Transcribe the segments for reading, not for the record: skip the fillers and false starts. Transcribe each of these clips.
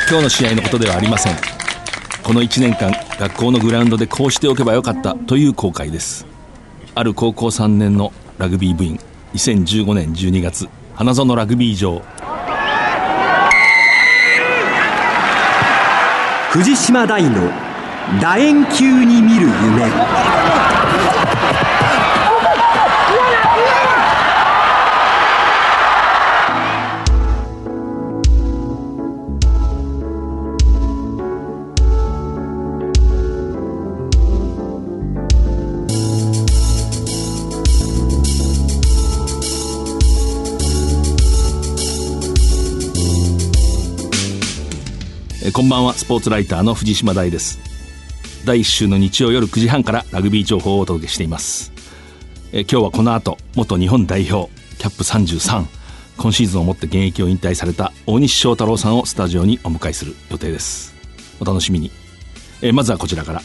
今日の試合のことではありません。この1年間学校のグラウンドでこうしておけばよかったという後悔です。ある高校3年のラグビー部員、2015年12月花園ラグビー場。 藤島大の楕円球に見る夢。 こんばんは、スポーツライターの藤島大です。第1週の日曜夜9時半からラグビー情報をお届けしています。今日はこの後、元日本代表キャップ33、今シーズンをもって現役を引退された大西翔太郎さんをスタジオにお迎えする予定です。お楽しみに。まずはこちらから。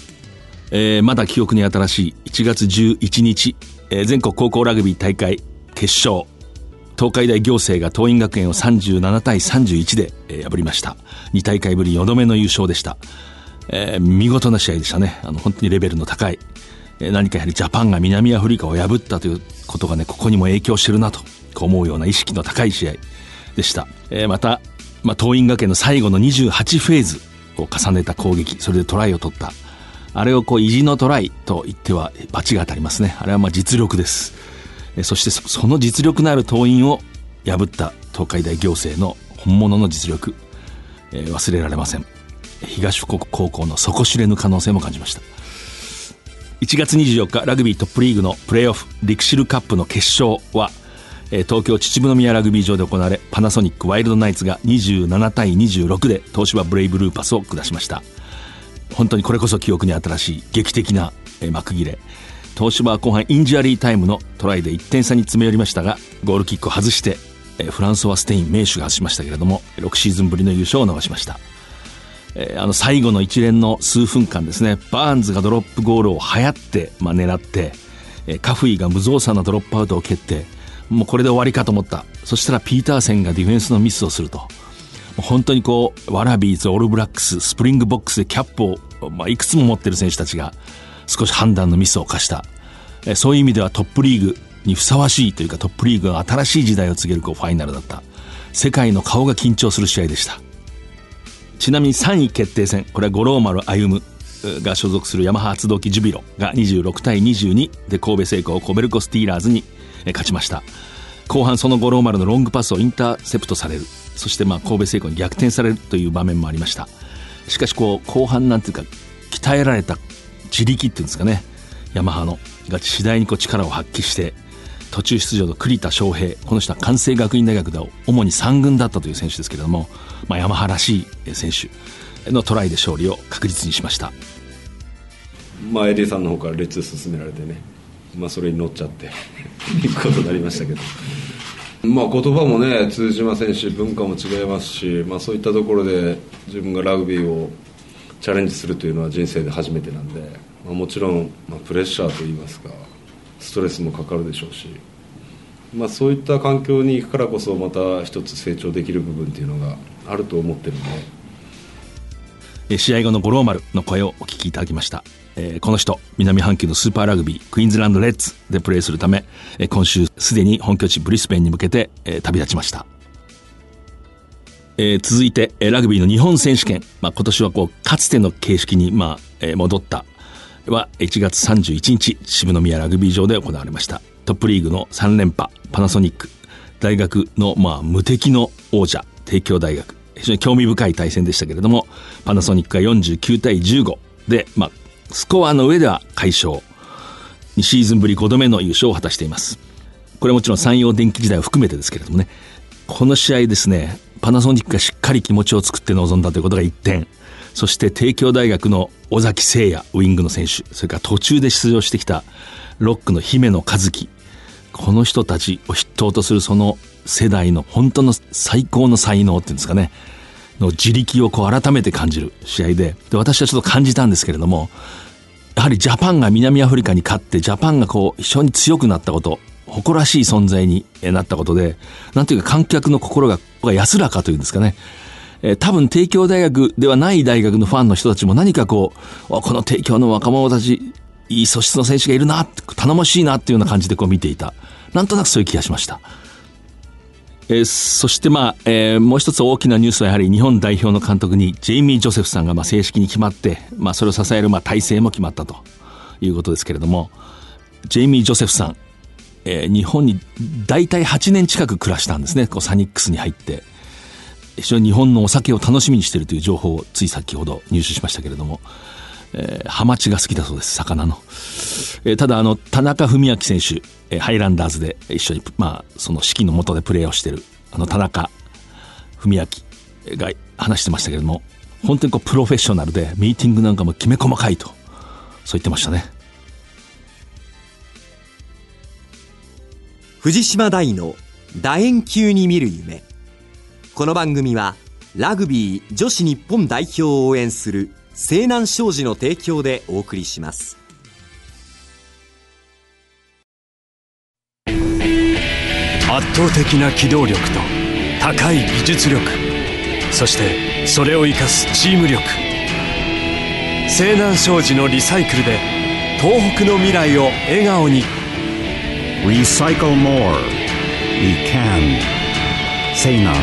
まだ記憶に新しい1月11日、全国高校ラグビー大会決勝、東海大仰星が桐蔭学園を37対31で破りました。2大会ぶり4度目の優勝でした。見事な試合でしたね。本当にレベルの高い、何かやはりジャパンが南アフリカを破ったということがね、ここにも影響してるなと思うような意識の高い試合でした。また、桐蔭学園の最後の28フェーズを重ねた攻撃、それでトライを取った、あれを意地のトライと言っては罰が当たりますね。あれは実力です。そしてその実力のある桐蔭を破った東海大仰星の本物の実力、忘れられません。東福岡高校の底知れぬ可能性も感じました。1月24日ラグビートップリーグのプレーオフリクシルカップの決勝は、東京秩父宮ラグビー場で行われ、パナソニックワイルドナイツが27対26で東芝ブレイブルーパスを下しました。本当にこれこそ記憶に新しい劇的な幕切れ。東芝は後半インジュアリータイムのトライで1点差に詰め寄りましたが、ゴールキックを外してフランソワ・ステイン名手が外しましたけれども、6シーズンぶりの優勝を逃しました。最後の一連の数分間ですね、バーンズがドロップゴールをはやって、狙って、カフイが無造作なドロップアウトを蹴って、もうこれで終わりかと思った。そしたらピーターセンがディフェンスのミスをすると、もう本当にワラビーズ、オールブラックス、スプリングボックスでキャップを、いくつも持っている選手たちが少し判断のミスを犯した。そういう意味ではトップリーグにふさわしいというか、トップリーグが新しい時代を告げるファイナルだった。世界の顔が緊張する試合でした。ちなみに3位決定戦、これは五郎丸歩が所属するヤマハ発動機ジュビロが26対22で神戸製鋼コベルコスティーラーズに勝ちました。後半その五郎丸のロングパスをインターセプトされる、そして神戸製鋼に逆転されるという場面もありました。しかし後半なんていうか、鍛えられた自力っていうんですかね、ヤマハのが次第に力を発揮して、途中出場の栗田翔平、この人は関西学院大学で主に3軍だったという選手ですけれども、ヤマハらしい選手のトライで勝利を確実にしました。 エディさんの方からレッツ進められてね、それに乗っちゃって行くことになりましたけど、言葉もね通じませんし、文化も違いますし、そういったところで自分がラグビーをチャレンジするというのは人生で初めてなんで、もちろん、プレッシャーといいますかストレスもかかるでしょうし、そういった環境に行くからこそまた一つ成長できる部分っていうのがあると思ってるんで。試合後の五郎丸の声をお聞きいただきました。この人、南半球のスーパーラグビークイーンズランドレッズでプレーするため、今週すでに本拠地ブリスベンに向けて、旅立ちました。続いてラグビーの日本選手権、今年はかつての形式に戻ったは1月31日渋宮ラグビー場で行われました。トップリーグの3連覇パナソニック、大学の無敵の王者帝京大学、非常に興味深い対戦でしたけれども、パナソニックが49対15で、スコアの上では快勝、2シーズンぶり5度目の優勝を果たしています。これもちろん山陽電機時代を含めてですけれどもね、この試合ですね、パナソニックがしっかり気持ちを作って臨んだということが1点、そして帝京大学の尾崎誠也ウイングの選手、それから途中で出場してきたロックの姫野和樹、この人たちを筆頭とするその世代の本当の最高の才能っていうんですかねの自力を改めて感じる試合で、私はちょっと感じたんですけれども、やはりジャパンが南アフリカに勝ってジャパンが非常に強くなったこと、誇らしい存在になったことで、なんていうか観客の心が安らかというんですかね、 多分帝京大学ではない大学のファンの人たちも何かこの帝京の若者たち、いい素質の選手がいるな、頼もしいなっていうような感じで見ていた。なんとなくそういう気がしました。そしてもう一つ大きなニュースはやはり日本代表の監督にジェイミー・ジョセフさんが正式に決まって、それを支える体制も決まったということですけれども、ジェイミー・ジョセフさん、日本に大体8年近く暮らしたんですね。サニックスに入って非常に日本のお酒を楽しみにしているという情報をつい先ほど入手しましたけれども、ハマチが好きだそうです、魚の。ただ田中史明選手、ハイランダーズで一緒にその指揮の下でプレーをしている田中史明が話してましたけれども、本当にプロフェッショナルでミーティングなんかもきめ細かいと、そう言ってましたね。 藤島大の楕円球に見る夢。この番組はラグビー女子日本代表を応援する西南商事の提供でお送りします。 圧倒的な機動力と高い技術力、そしてそれを生かすチーム力。西南商事のリサイクルで東北の未来を笑顔に。 Recycle more. We can. 西南。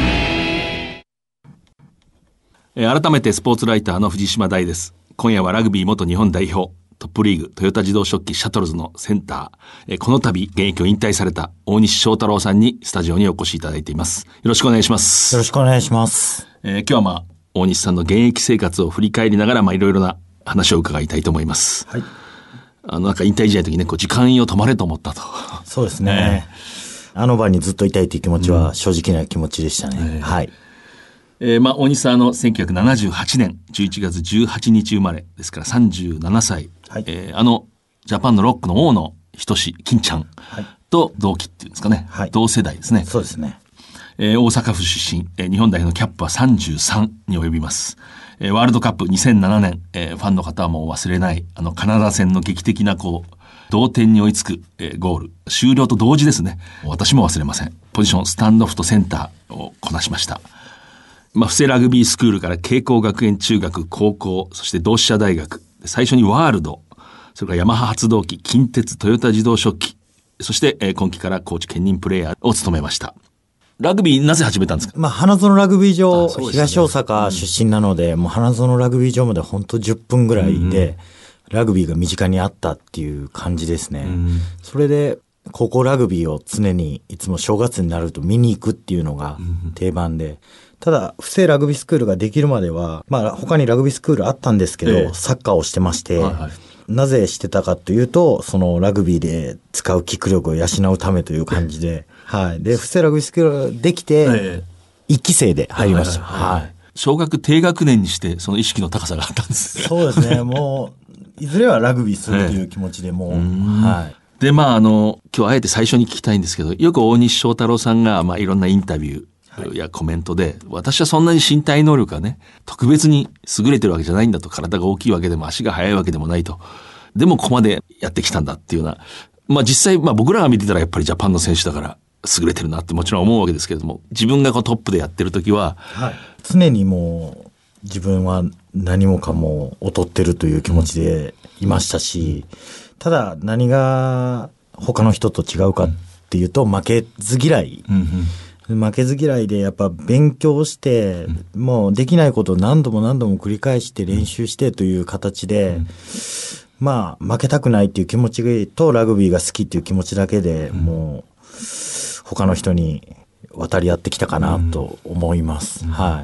改めてスポーツライターの藤島大です。今夜はラグビー元日本代表、トップリーグトヨタ自動織機シャトルズのセンター、この度現役を引退された大西翔太郎さんにスタジオにお越しいただいています。よろしくお願いします。 よろしくお願いします。 今日は大西さんの現役生活を振り返りながらいろいろな話を伺いたいと思います。はい。なんか引退試合の時に時間よ止まれと思ったと。 そうですね。あの場にずっといたいという気持ちは正直な気持ちでしたね。はい。 大西さん1978年11月18日生まれですから37歳。はい。ジャパンのロックの大野仁金ちゃんと同期っていうんですかね。はい。同世代ですね。 そうですね。 大阪府出身、日本代表のキャップは33に及びます。ワールドカップ2007年、ファンの方はもう忘れないカナダ戦の劇的な同点に追いつく、ゴール終了と同時ですね。私も忘れません。ポジションスタンドオフとセンターをこなしました。布施ラグビースクールから慶光学園中学、高校、そして同志社大学、最初にワールド、それからヤマハ発動機、近鉄、トヨタ自動織機、そして、今期からコーチ兼任プレーヤーを務めました。ラグビーなぜ始めたんですか？ 花園ラグビー場、東大阪出身なので、もう花園ラグビー場まで本当10分ぐらいで、ラグビーが身近にあったっていう感じですね。それで、高校ラグビーを常にいつも正月になると見に行くっていうのが定番で、ただ、布施ラグビースクールができるまでは、他にラグビースクールあったんですけど、サッカーをしてまして、なぜしてたかというと、そのラグビーで使うキック力を養うためという感じで、はい。で、布施ラグビースクールができて、1期生で入りました。はい。 小学低学年にしてその意識の高さがあったんです。 そうですね。もう、いずれはラグビーするという気持ちでもう、はい。 で、今日あえて最初に聞きたいんですけど、よく大西翔太郎さんが、いろんなインタビューやコメントで、私はそんなに身体能力がね、特別に優れてるわけじゃないんだと、体が大きいわけでも足が速いわけでもないと。でもここまでやってきたんだっていうような、実際、僕らが見てたらやっぱりジャパンの選手だから優れてるなってもちろん思うわけですけれども、自分がトップでやってる時は、 常にもう自分は何もかも劣ってるという気持ちでいましたし、ただ何が他の人と違うかっていうと、負けず嫌い。負けず嫌いでやっぱ勉強して、もうできないことを何度も何度も繰り返して練習してという形で、負けたくないっていう気持ちとラグビーが好きっていう気持ちだけで、もう他の人に渡り合ってきたかなと思います。はい。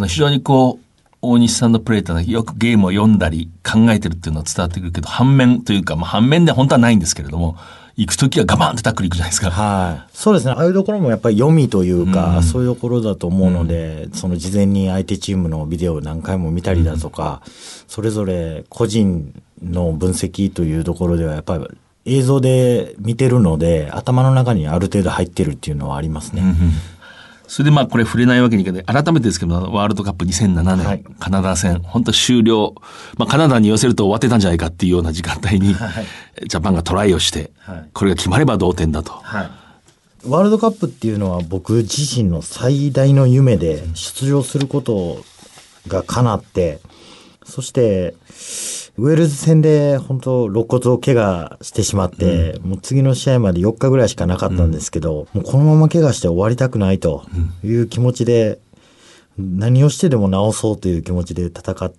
非常に大西さんのプレーというのはよくゲームを読んだり考えてるっていうのは伝わってくるけど、反面というか、反面で本当はないんですけれども、行くときはガバンってタックル行くじゃないですか。 はい。そうですね。ああいうところもやっぱり読みというか、そういうところだと思うので、その事前に相手チームのビデオを何回も見たりだとか、それぞれ個人の分析というところではやっぱり映像で見てるので、頭の中にある程度入ってるっていうのはありますね。 それでこれ触れないわけにいかない。改めてですけど、ワールドカップ2007年、カナダ戦、本当終了。カナダに寄せると終わってたんじゃないかっていうような時間帯に、ジャパンがトライをして、これが決まれば同点だと。 ワールドカップっていうのは僕自身の最大の夢で出場することが叶って、そしてウェールズ戦で本当肋骨を怪我してしまって、もう次の試合まで4日ぐらいしかなかったんですけど、もうこのまま怪我して終わりたくないという気持ちで、何をしてでも治そうという気持ちで戦って、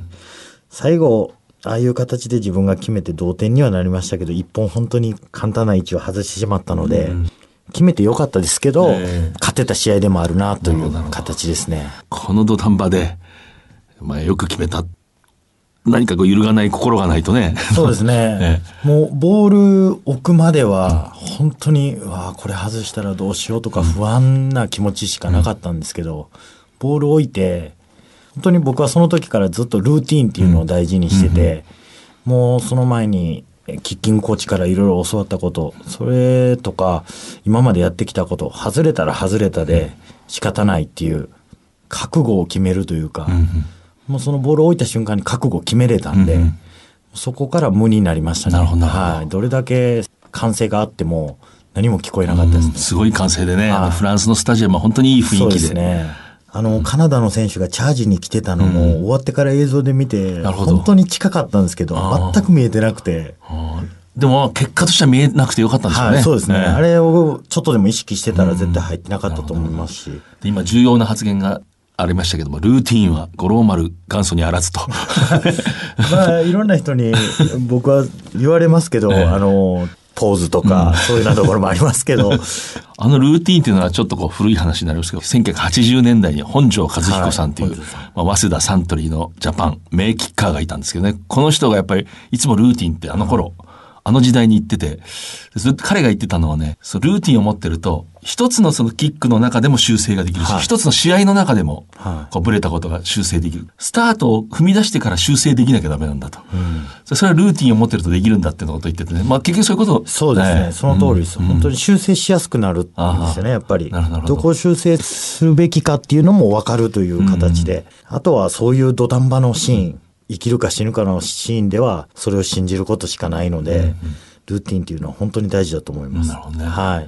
最後ああいう形で自分が決めて同点にはなりましたけど、一本本当に簡単な位置を外してしまったので、決めてよかったですけど、勝てた試合でもあるなという形ですね。 この土壇場で、よく決めた。何か揺るがない心がないとね。 そうですね。もうボール置くまでは本当に、これ外したらどうしようとか不安な気持ちしかなかったんですけど、ボール置いて、本当に僕はその時からずっとルーティーンっていうのを大事にしてて、もうその前にキッキングコーチからいろいろ教わったこと、それとか今までやってきたこと、外れたら外れたで仕方ないっていう覚悟を決めるというか、もうそのボールを置いた瞬間に覚悟を決めれたんで、そこから無になりましたね。 なるほど。 はい。どれだけ歓声があっても何も聞こえなかったですね。 すごい歓声でね、フランスのスタジアムは本当にいい雰囲気で。 そうですね。カナダの選手がチャージに来てたのも、終わってから映像で見て、本当に近かったんですけど、全く見えてなくて。 でも、結果としては見えなくてよかったんですよね。 はい、そうですね。あれをちょっとでも意識してたら絶対入ってなかったと思いますし。 で今、重要な発言がありましたけども、ルーティーンは五郎丸元祖にあらずと。 いろんな人に僕は言われますけど、ポーズとか、そういうようなところもありますけど。 ルーティーンっていうのはちょっと古い話になりますけど、1980年代に本庄和彦さんっていう、早稲田サントリーのジャパン名キッカーがいたんですけどね、この人がやっぱりいつもルーティーンって頃、あの時代に言ってて、彼が言ってたのはね、ルーティンを持ってると、一つのそのキックの中でも修正ができるし、一つの試合の中でも、ブレたことが修正できる。スタートを踏み出してから修正できなきゃダメなんだと。それはルーティンを持ってるとできるんだってことを言っててね。結局そういうこと。 そうですね。その通りです。本当に修正しやすくなるんですよね、やっぱり。どこを修正するべきかっていうのも分かるという形で。あとはそういう土壇場のシーン。生きるか死ぬかのシーンではそれを信じることしかないので、ルーティンっていうのは本当に大事だと思います。 なるほどね。 はい。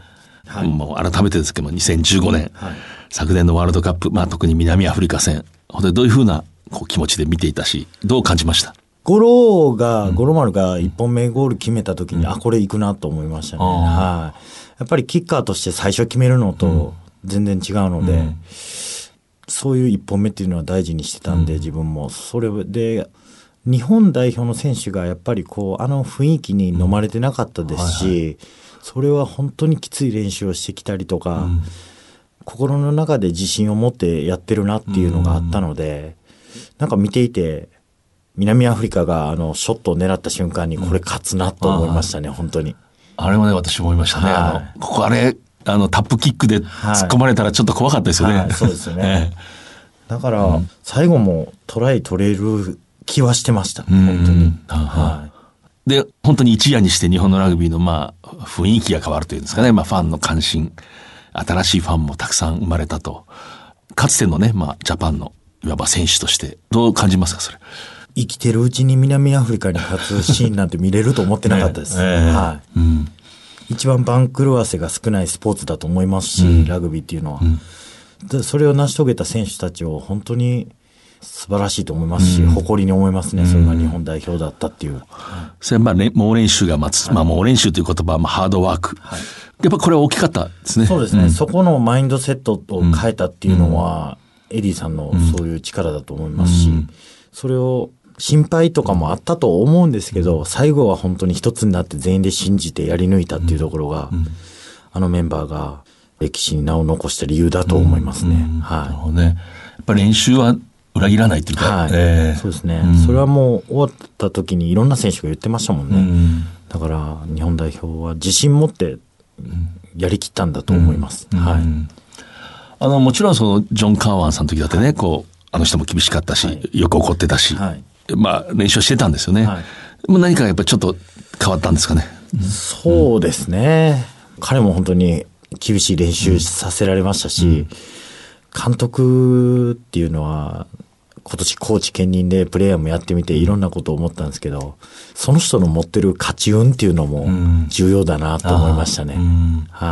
もう改めてですけども、2015年、昨年のワールドカップ、特に南アフリカ戦、本当にどういうふうな気持ちで見ていたし、どう感じました？ 五郎丸が1本目ゴール決めた時に、これ行くなと思いましたね。はい。やっぱりキッカーとして最初決めるのと全然違うので、そういう一本目っていうのは大事にしてたんで、自分も。それで、日本代表の選手がやっぱり雰囲気に飲まれてなかったですし、それは本当にきつい練習をしてきたりとか、心の中で自信を持ってやってるなっていうのがあったので、なんか見ていて、南アフリカがショットを狙った瞬間にこれ勝つなと思いましたね、本当に。 あれもね、私思いましたね。タップキックで突っ込まれたらちょっと怖かったですよね。 そうですよね。だから、最後もトライ取れる気はしてました。本当に。 で、本当に一夜にして日本のラグビーの雰囲気が変わるというんですかね。ファンの関心、新しいファンもたくさん生まれたと。かつてのね、ジャパンのいわば選手としてどう感じますか、それ。 生きてるうちに南アフリカに勝つシーンなんて見れると思ってなかったです。一番番狂わせが少ないスポーツだと思いますし、ラグビーっていうのは。でそれを成し遂げた選手たちを本当に素晴らしいと思いますし、誇りに思いますね。それが日本代表だったっていう。 それは猛練習が待つ。猛練習という言葉はハードワーク。やっぱこれは大きかったですね。 そうですね。そこのマインドセットを変えたっていうのは、エディさんのそういう力だと思いますし、それを心配とかもあったと思うんですけど、最後は本当に一つになって全員で信じてやり抜いたっていうところが、あのメンバーが歴史に名を残した理由だと思いますね。 なるほどね。やっぱり練習は裏切らないというか。 そうですね。それはもう終わった時にいろんな選手が言ってましたもんね。だから日本代表は自信持ってやりきったんだと思います。 もちろんそのジョン・カーワンさんの時だってね、あの人も厳しかったし、よく怒ってたし、練習してたんですよね。何かやっぱりちょっと変わったんですかね。 そうですね。彼も本当に厳しい練習させられましたし、監督っていうのは今年コーチ兼任でプレイヤーもやってみていろんなことを思ったんですけど、その人の持ってる勝ち運っていうのも重要だなと思いましたね。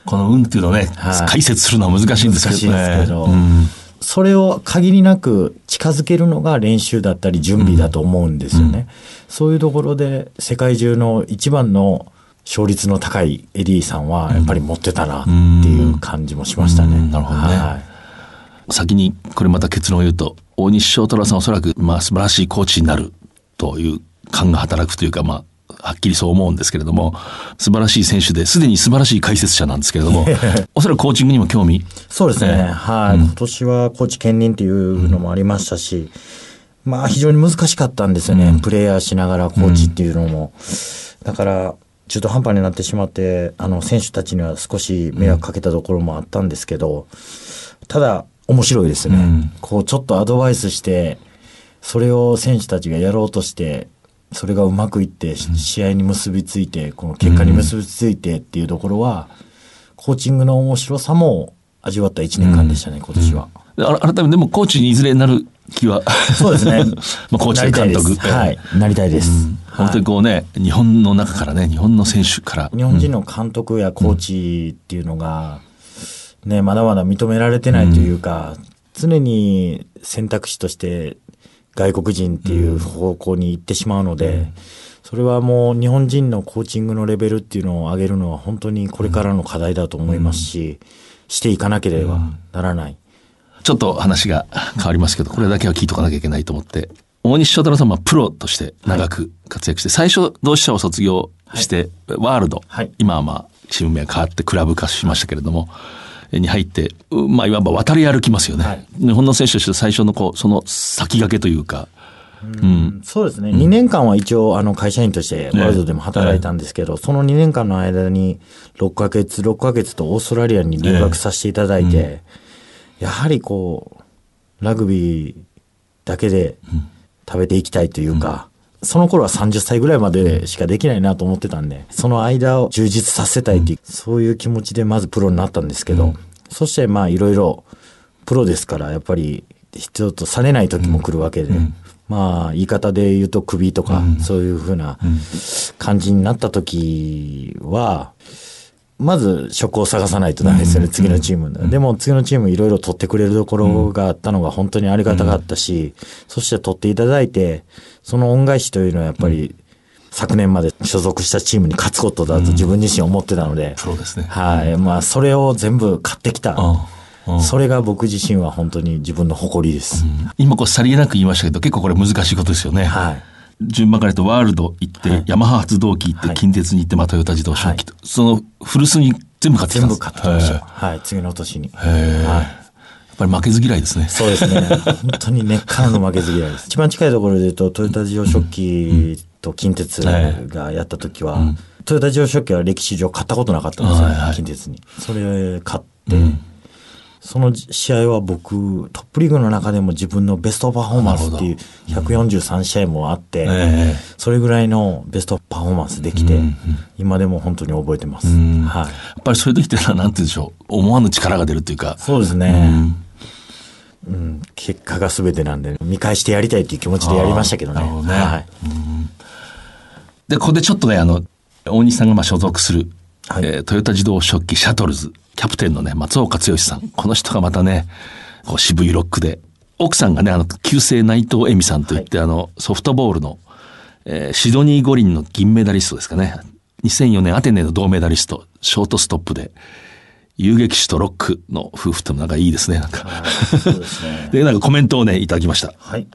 この運っていうのをね、解説するのは難しいんですけどね。 難しいですけど、それを限りなく近づけるのが練習だったり準備だと思うんですよね。そういうところで世界中の一番の勝率の高いエディさんはやっぱり持ってたなっていう感じもしましたね。 なるほどね。先にこれまた結論を言うと、大西翔太郎さんはおそらく素晴らしいコーチになるという感が働くというか、はっきりそう思うんですけれども、素晴らしい選手ですでに素晴らしい解説者なんですけれどもおそらくコーチングにも興味。 そうですね、今年はコーチ兼任っていうのもありましたし、非常に難しかったんですよね、プレイヤーしながらコーチっていうのも、だから中途半端になってしまって、選手たちには少し迷惑かけたところもあったんですけど、ただ面白いですね、こうちょっとアドバイスして、それを選手たちがやろうとして、それがうまくいって、試合に結びついて、この結果に結びついてっていうところは、コーチングの面白さも味わった1年間でしたね、今年は。 改めてでもコーチにいずれなる気はそうですねコーチや監督、 なりたいです、 本当にこうね、日本の中からね、日本の選手から日本人の監督やコーチっていうのが、まだまだ認められてないというか、常に選択肢として外国人っていう方向に行ってしまうので、それはもう日本人のコーチングのレベルっていうのを上げるのは本当にこれからの課題だと思いますし、していかなければならない。 ちょっと話が変わりますけど、これだけは聞いとかなきゃいけないと思って、大西翔太郎さんはプロとして長く活躍して、最初同志社を卒業して、ワールド、今はチーム名が変わってクラブ化しましたけれども、に入って、いわば渡り歩きますよね。日本の選手として最初のその先駆けというか。 そうですね。2年間は一応会社員としてワールドでも働いたんですけど、その2年間の間に6ヶ月とオーストラリアに留学させていただいて、やはりラグビーだけで食べていきたいというか、その頃は30歳ぐらいまでしかできないなと思ってたんで、その間を充実させたいっていう、そういう気持ちでまずプロになったんですけど、そしていろいろプロですからやっぱり必要とされない時も来るわけで、言い方で言うとクビとか、そういう風な感じになった時は、まず職を探さないとダメですよね、次のチームでも次のチームいろいろ取ってくれるところがあったのが本当にありがたかったし、そして取っていただいて、その恩返しというのはやっぱり昨年まで所属したチームに勝つことだと自分自身思ってたので、 そうですね。 それを全部買ってきた。それが僕自身は本当に自分の誇りです。 今さりげなく言いましたけど、結構これ難しいことですよね。順番から言うとワールド行って、ヤマハ発動機行って、近鉄に行って、トヨタ自動車機と、その古巣に全部買ってきたんです。 全部買ってきました。次の年に。 やっぱり負けず嫌いですね。 そうですね。本当に根っからの負けず嫌いです。一番近いところで言うと、トヨタ自動車機と近鉄がやった時は、トヨタ自動車機は歴史上勝ったことなかったんですよ、近鉄に。それ勝って、その試合は僕、トップリーグの中でも自分のベストパフォーマンスっていう143試合もあって、それぐらいのベストパフォーマンスできて、今でも本当に覚えてます。やっぱりそういう時ってのは、なんて言うんでしょう、思わぬ力が出るというか。 そうですね。結果が全てなんで、見返してやりたいっていう気持ちでやりましたけどね。なるほどね。 で、ここでちょっとね、大西さんが所属する、トヨタ自動食器シャトルズ、キャプテンのね、松岡剛さん。この人がまたね、渋いロックで、奥さんがね、旧姓内藤恵美さんといって、ソフトボールの、シドニー五輪の銀メダリストですかね。2004年アテネの銅メダリスト、ショートストップで、遊撃手とロックの夫婦ともいいですね、 そうですね。 で、コメントをね、いただきました。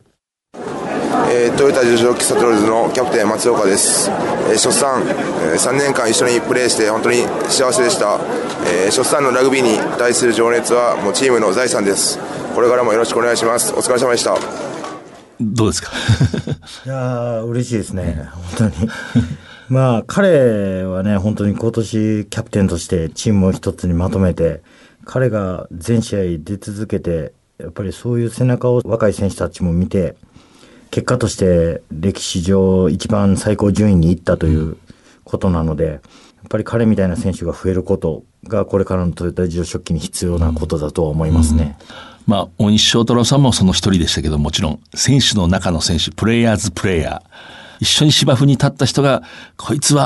トヨタ自動車機シャトルズのキャプテン松岡です。ショッサン、3年間一緒にプレーして本当に幸せでした。ショッサンのラグビーに対する情熱はもうチームの財産です。これからもよろしくお願いします。お疲れ様でした。 どうですか？ いや嬉しいですね、本当に。彼はね、本当に今年キャプテンとしてチームを一つにまとめて、彼が全試合出続けて、やっぱりそういう背中を若い選手たちも見て、結果として歴史上一番最高順位に行ったということなので、やっぱり彼みたいな選手が増えることがこれからのトヨタ自動車機に必要なことだとは思いますね。 大西翔太郎さんもその一人でしたけど、もちろん選手の中の選手、プレイヤーズプレイヤー、一緒に芝生に立った人が、こいつは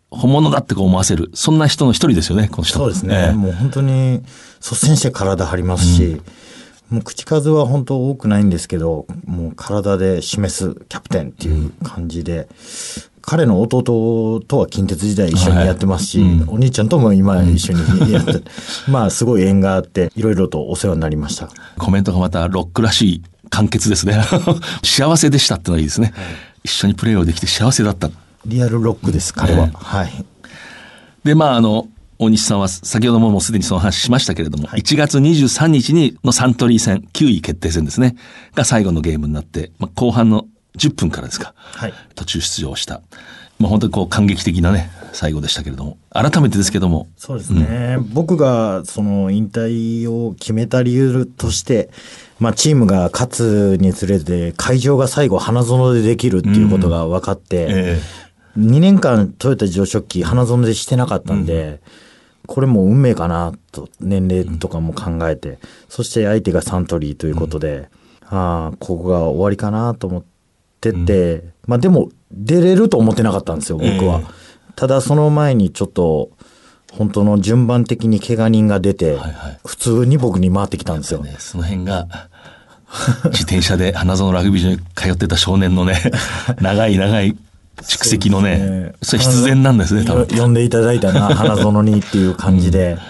本物だって思わせる、そんな人の一人ですよね、この人。 そうですね。もう本当に率先して体張りますし、もう口数は本当多くないんですけど、もう体で示すキャプテンっていう感じで、彼の弟とは近鉄時代一緒にやってますし、お兄ちゃんとも今一緒にやって、まあすごい縁があって、いろいろとお世話になりました。 コメントがまたロックらしい簡潔ですね。幸せでしたってのがいいですね。一緒にプレーをできて幸せだった。 リアルロックです、彼は。はい。 で、大西さんは先ほどもすでにその話しましたけれども、1月23日にのサントリー戦、9位決定戦ですね、が最後のゲームになって、後半の10分からですか、途中出場した。本当に感激的なね、最後でしたけれども、改めてですけども。 そうですね。僕がその引退を決めた理由として、チームが勝つにつれて、会場が最後花園でできるっていうことが分かって、2年間トヨタ自動織機花園でしてなかったんで、これも運命かなと、年齢とかも考えて、そして相手がサントリーということで、ここが終わりかなと思ってて、でも出れると思ってなかったんですよ、僕は。ただその前にちょっと、本当の順番的に怪我人が出て、普通に僕に回ってきたんですよ。 その辺が、自転車で花園ラグビー場に通ってた少年のね、長い蓄積のね、それ必然なんですね、多分。 呼んでいただいたな、花園にっていう感じで。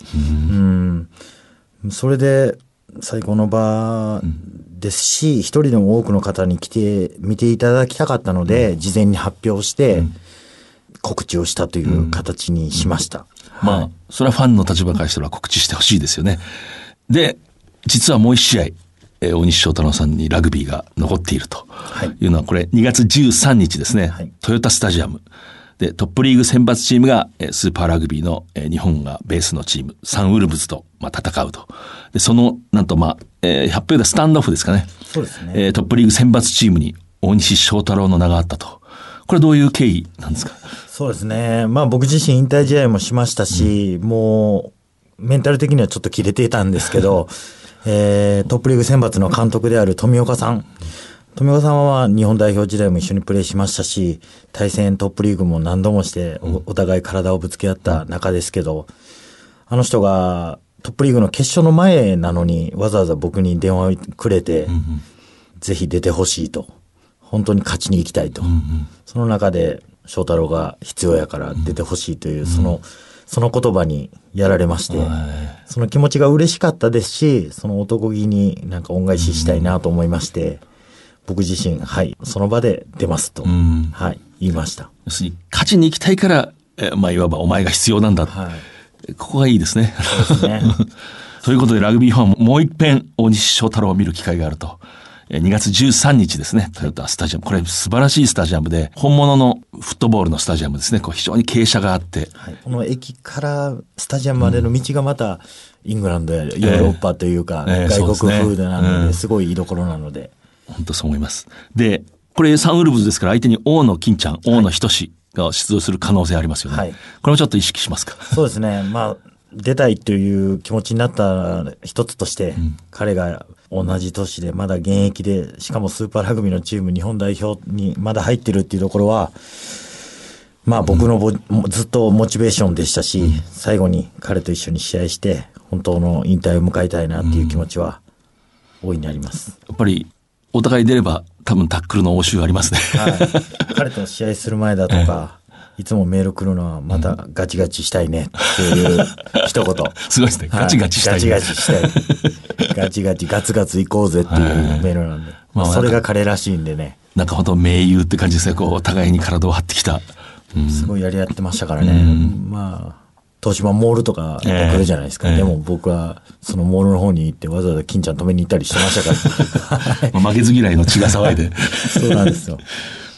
それで、最高の場ですし、一人でも多くの方に来て、見ていただきたかったので、事前に発表して、告知をしたという形にしました。 それはファンの立場からしたら告知してほしいですよね。で、実はもう一試合、大西翔太郎さんにラグビーが残っているというのは、これ2月13日ですね、トヨタスタジアムでトップリーグ選抜チームがスーパーラグビーの日本がベースのチームサンウルブズと戦うと。でそのなんと発表でスタンドオフですかね。 そうですね。 トップリーグ選抜チームに大西翔太郎の名があったと。これどういう経緯なんですか？ そうですね。僕自身引退試合もしましたし、もうメンタル的にはちょっと切れていたんですけど、トップリーグ選抜の監督である富岡さんは日本代表時代も一緒にプレーしましたし、対戦トップリーグも何度もしてお互い体をぶつけ合った中ですけど、あの人がトップリーグの決勝の前なのにわざわざ僕に電話をくれて、ぜひ出てほしいと、本当に勝ちに行きたいと、その中で翔太郎が必要やから出てほしいという、その言葉にやられまして、その気持ちが嬉しかったですし、その男気になんか恩返ししたいなと思いまして、僕自身、その場で出ますと、言いました。 要するに、勝ちに行きたいから、いわばお前が必要なんだ。ここがいいですね。 そうですね。 ということで、ラグビーファンももう一遍、大西翔太郎を見る機会があると。2月13日ですね、トヨタスタジアム。これ素晴らしいスタジアムで、本物のフットボールのスタジアムですね。非常に傾斜があって。 この駅からスタジアムまでの道がまた、イングランドやヨーロッパというか、外国風なので、すごいいいところなので。 本当そう思います。で、これサンウルブズですから、相手に大野金ちゃん、大野仁が出場する可能性ありますよね。これもちょっと意識しますか？ そうですね。出たいという気持ちになった一つとして、彼が同じ年でまだ現役で、しかもスーパーラグビーのチーム日本代表にまだ入ってるっていうところは、僕のずっとモチベーションでしたし、最後に彼と一緒に試合して本当の引退を迎えたいなっていう気持ちは大いにあります。 やっぱりお互い出れば多分タックルの応酬ありますね。 彼と試合する前だとか、いつもメール来るのはまたガチガチしたいねっていう一言。 すごいですね。ガチガチしたい、ね。 ガチガチしたい。ガチガチガツガツ行こうぜっていうメールなんで。それが彼らしいんでね。 なんか本当盟友って感じですね。お互いに体を張ってきた。 すごいやり合ってましたからね。東芝モールとか来るじゃないですか。でも僕はそのモールの方に行ってわざわざ金ちゃん止めに行ったりしてましたから。 負けず嫌いの血が騒いで。 そうなんですよ。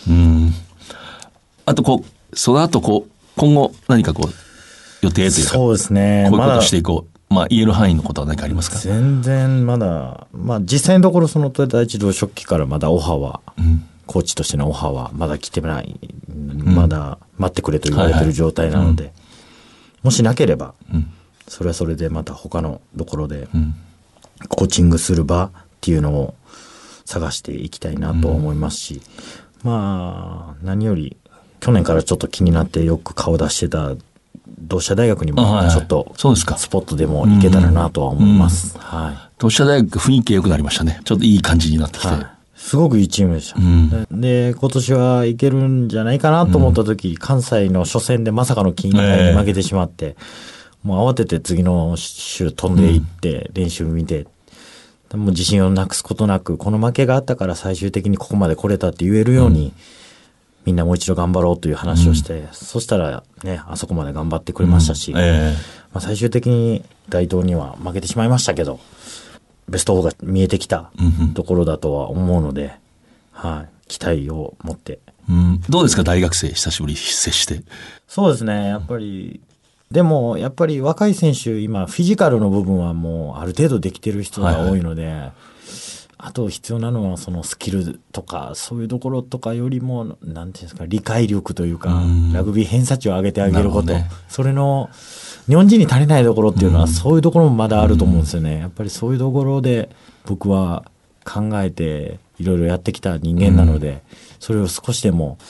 あとその後今後何か予定というか。 そうですね。 こういうことしていこう。言える範囲のことは何かありますか？ 全然まだ、実際のところそのトヨタ自動織機からまだオファーは、コーチとしてのオファーはまだ来てない。まだ待ってくれと言われてる状態なので、もしなければ、それはそれでまた他のところで、コーチングする場っていうのを探していきたいなと思いますし、何より去年からちょっと気になってよく顔出してた同志社大学にもちょっとスポットでも行けたらなとは思います。 同志社大学雰囲気良くなりましたね。ちょっといい感じになってきて。 すごくいいチームでした。で、今年はいけるんじゃないかなと思った時、関西の初戦でまさかの金牌に負けてしまって、もう慌てて次の週飛んでいって、練習見て、もう自信をなくすことなく、この負けがあったから最終的にここまで来れたって言えるように、みんなもう一度頑張ろうという話をして、そしたらね、あそこまで頑張ってくれましたし、最終的に大東には負けてしまいましたけど、ベスト4が見えてきたところだとは思うので、期待を持って。 どうですか、大学生久しぶりに接して。 そうですね、やっぱり、でもやっぱり若い選手、今フィジカルの部分はもうある程度できてる人が多いので、あと必要なのはそのスキルとかそういうところとかよりも、なんていうんですか、理解力というか、ラグビー偏差値を上げてあげること、それの日本人に足りないところっていうのは、そういうところもまだあると思うんですよね。やっぱりそういうところで僕は考えていろいろやってきた人間なので、それを少しでも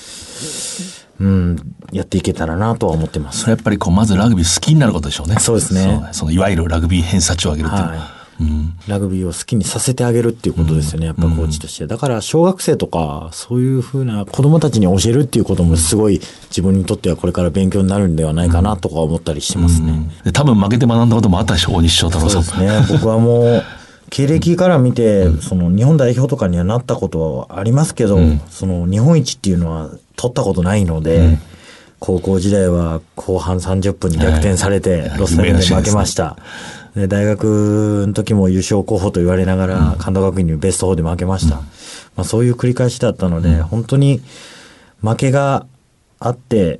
やっていけたらなとは思ってます。 それやっぱりまずラグビー好きになることでしょうね。 そうですね。 そのいわゆるラグビー偏差値を上げるっていうのは。 ラグビーを好きにさせてあげるっていうことですよね、やっぱコーチとして。だから小学生とかそういうふうな子供たちに教えるっていうこともすごい自分にとってはこれから勉強になるんではないかなとか思ったりしてますね。 多分負けて学んだこともあったでしょ、大西翔太郎さん。 そうですね。僕はもう経歴から見て、その日本代表とかにはなったことはありますけど、その日本一っていうのは取ったことないので、高校時代は後半30分に逆転されてロスタイムで負けました。で大学の時も優勝候補と言われながら神田学院にベスト4で負けました。そういう繰り返しだったので、本当に負けがあって、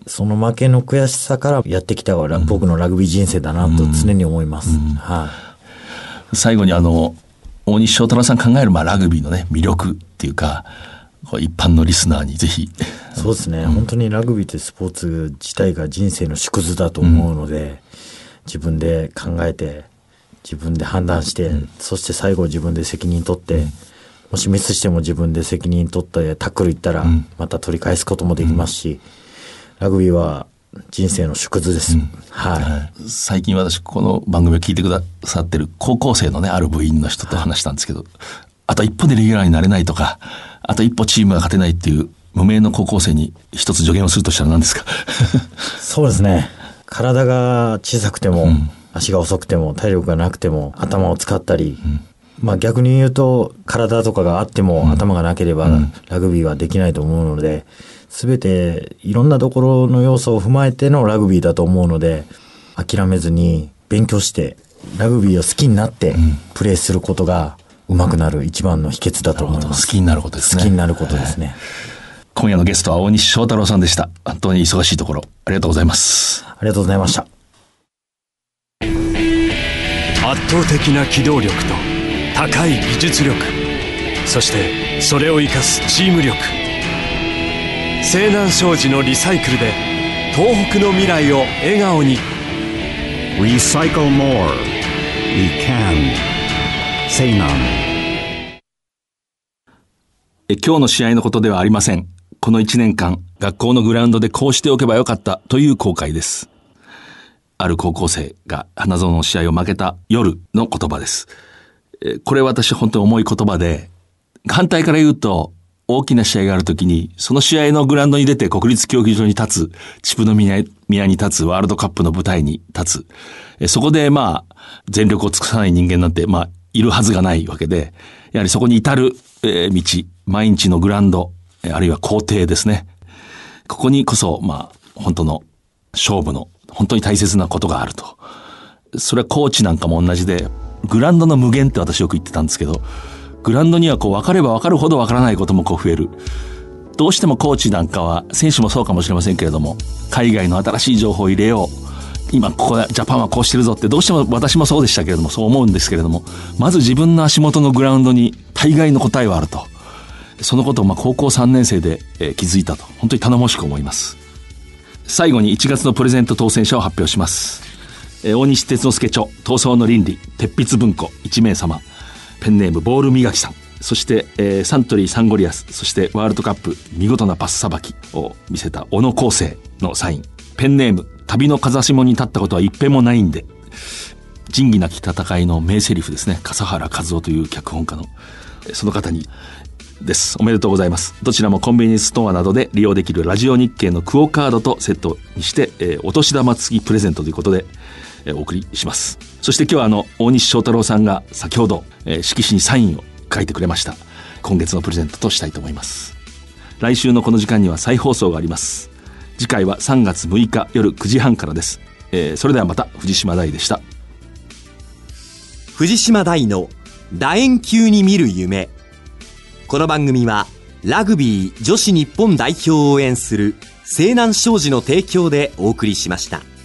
その負けの悔しさからやってきた僕のラグビー人生だなと常に思います。 最後に大西翔太郎さん考えるラグビーのね魅力っていうか、一般のリスナーにぜひ。 そうですね、本当にラグビーというスポーツ自体が人生の縮図だと思うので、自分で考えて自分で判断して、そして最後自分で責任取って、もしミスしても自分で責任取ってタックルいったらまた取り返すこともできますし、ラグビーは人生の縮図です。 最近私この番組を聞いてくださってる高校生のねある部員の人と話したんですけど、あと一歩でレギュラーになれないとか、あと一歩チームが勝てないっていう無名の高校生に一つ助言をするとしたら何ですか？ そうですね、体が小さくても、足が遅くても体力がなくても頭を使ったり、逆に言うと体とかがあっても頭がなければラグビーはできないと思うので、全ていろんなところの要素を踏まえてのラグビーだと思うので、諦めずに勉強してラグビーを好きになってプレーすることが上手くなる一番の秘訣だと思います。 好きになることですね。 好きになることですね。 今夜のゲストは大西翔太郎さんでした。本当に忙しいところありがとうございます。 ありがとうございました。 圧倒的な機動力と高い技術力、そしてそれを生かすチーム力。西南商事のリサイクルで東北の未来を笑顔に。 Recycle more. We can. 西南。 今日の試合のことではありません。この1年間学校のグラウンドでこうしておけばよかったという後悔です。ある高校生が花園の試合を負けた夜の言葉です。これ私本当に重い言葉で、反対から言うと大きな試合があるときにその試合のグラウンドに出て国立競技場に立つ、秩父の宮に立つ、ワールドカップの舞台に立つ、そこで全力を尽くさない人間なんているはずがないわけで、やはりそこに至る道、毎日のグラウンド、あるいは校庭ですね、ここにこそ本当の勝負の本当に大切なことがあると。それはコーチなんかも同じで、グラウンドの無限って私よく言ってたんですけど、グラウンドには分かれば分かるほど分からないことも増える。どうしてもコーチなんかは、選手もそうかもしれませんけれども、海外の新しい情報を入れよう、今ここでジャパンはこうしてるぞって、どうしても私もそうでしたけれども、そう思うんですけれども、まず自分の足元のグラウンドに大概の答えはあると。そのことを高校3年生で気づいたと、本当に頼もしく思います。最後に1月のプレゼント当選者を発表します。大西哲之助著、闘争の倫理、鉄筆文庫1名様、ペンネームボール磨きさん。 そして、サントリーサンゴリアス、そしてワールドカップ見事なパスさばきを見せた小野康生のサイン、ペンネーム旅の風下に立ったことは一遍もないんで、仁義なき戦いの名台詞ですね。笠原和夫という脚本家のその方にです。おめでとうございます。どちらもコンビニエンスストアなどで利用できるラジオ日経のクオカードとセットにして、お年玉付きプレゼントということで、お送りします。そして今日は大西翔太郎さんが先ほど、色紙にサインを書いてくれました。今月のプレゼントとしたいと思います。来週のこの時間には再放送があります。次回は3月6日夜9時半からです。それではまた。藤島大でした。 藤島大の楕円球に見る夢。この番組はラグビー女子日本代表を応援する西南商事の提供でお送りしました。